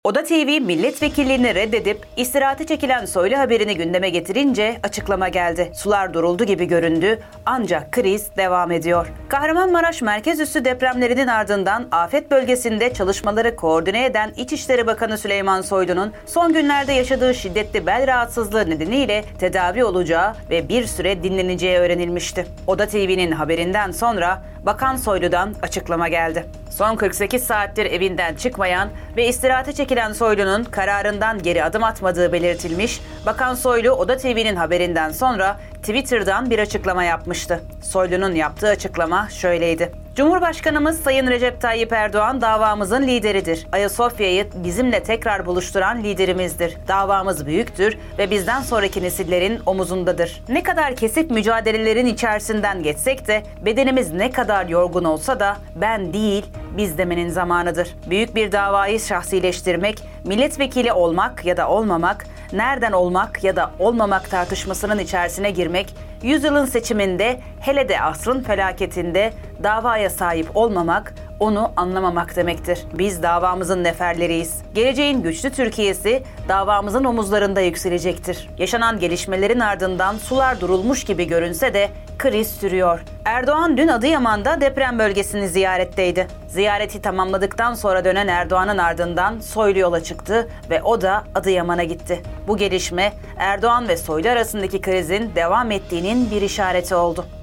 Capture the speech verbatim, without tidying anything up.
Oda T V milletvekilliğini reddedip istirahate çekilen Soylu haberini gündeme getirince açıklama geldi. Sular duruldu gibi göründü ancak kriz devam ediyor. Kahramanmaraş merkez üssü depremlerinin ardından afet bölgesinde çalışmaları koordine eden İçişleri Bakanı Süleyman Soylu'nun son günlerde yaşadığı şiddetli bel rahatsızlığı nedeniyle tedavi olacağı ve bir süre dinleneceği öğrenilmişti. Oda T V'nin haberinden sonra Bakan Soylu'dan açıklama geldi. Son kırk sekiz saattir evinden çıkmayan ve istirahate çekilen Soylu'nun kararından geri adım atmadığı belirtilmiş. Bakan Soylu, Oda T V'nin haberinden sonra Twitter'dan bir açıklama yapmıştı. Soylu'nun yaptığı açıklama şöyleydi. Cumhurbaşkanımız Sayın Recep Tayyip Erdoğan davamızın lideridir. Ayasofya'yı bizimle tekrar buluşturan liderimizdir. Davamız büyüktür ve bizden sonraki nesillerin omuzundadır. Ne kadar kesik mücadelelerin içerisinden geçsek de bedenimiz ne kadar yorgun olsa da ben değil, biz demenin zamanıdır. Büyük bir davayı şahsileştirmek, milletvekili olmak ya da olmamak, nereden olmak ya da olmamak tartışmasının içerisine girmek, yüzyılın seçiminde, hele de asrın felaketinde davaya sahip olmamak, onu anlamamak demektir. Biz davamızın neferleriyiz. Geleceğin güçlü Türkiye'si davamızın omuzlarında yükselecektir. Yaşanan gelişmelerin ardından sular durulmuş gibi görünse de kriz sürüyor. Erdoğan dün Adıyaman'da deprem bölgesini ziyaretteydi. Ziyareti tamamladıktan sonra dönen Erdoğan'ın ardından Soylu yola çıktı ve o da Adıyaman'a gitti. Bu gelişme Erdoğan ve Soylu arasındaki krizin devam ettiğinin bir işareti oldu.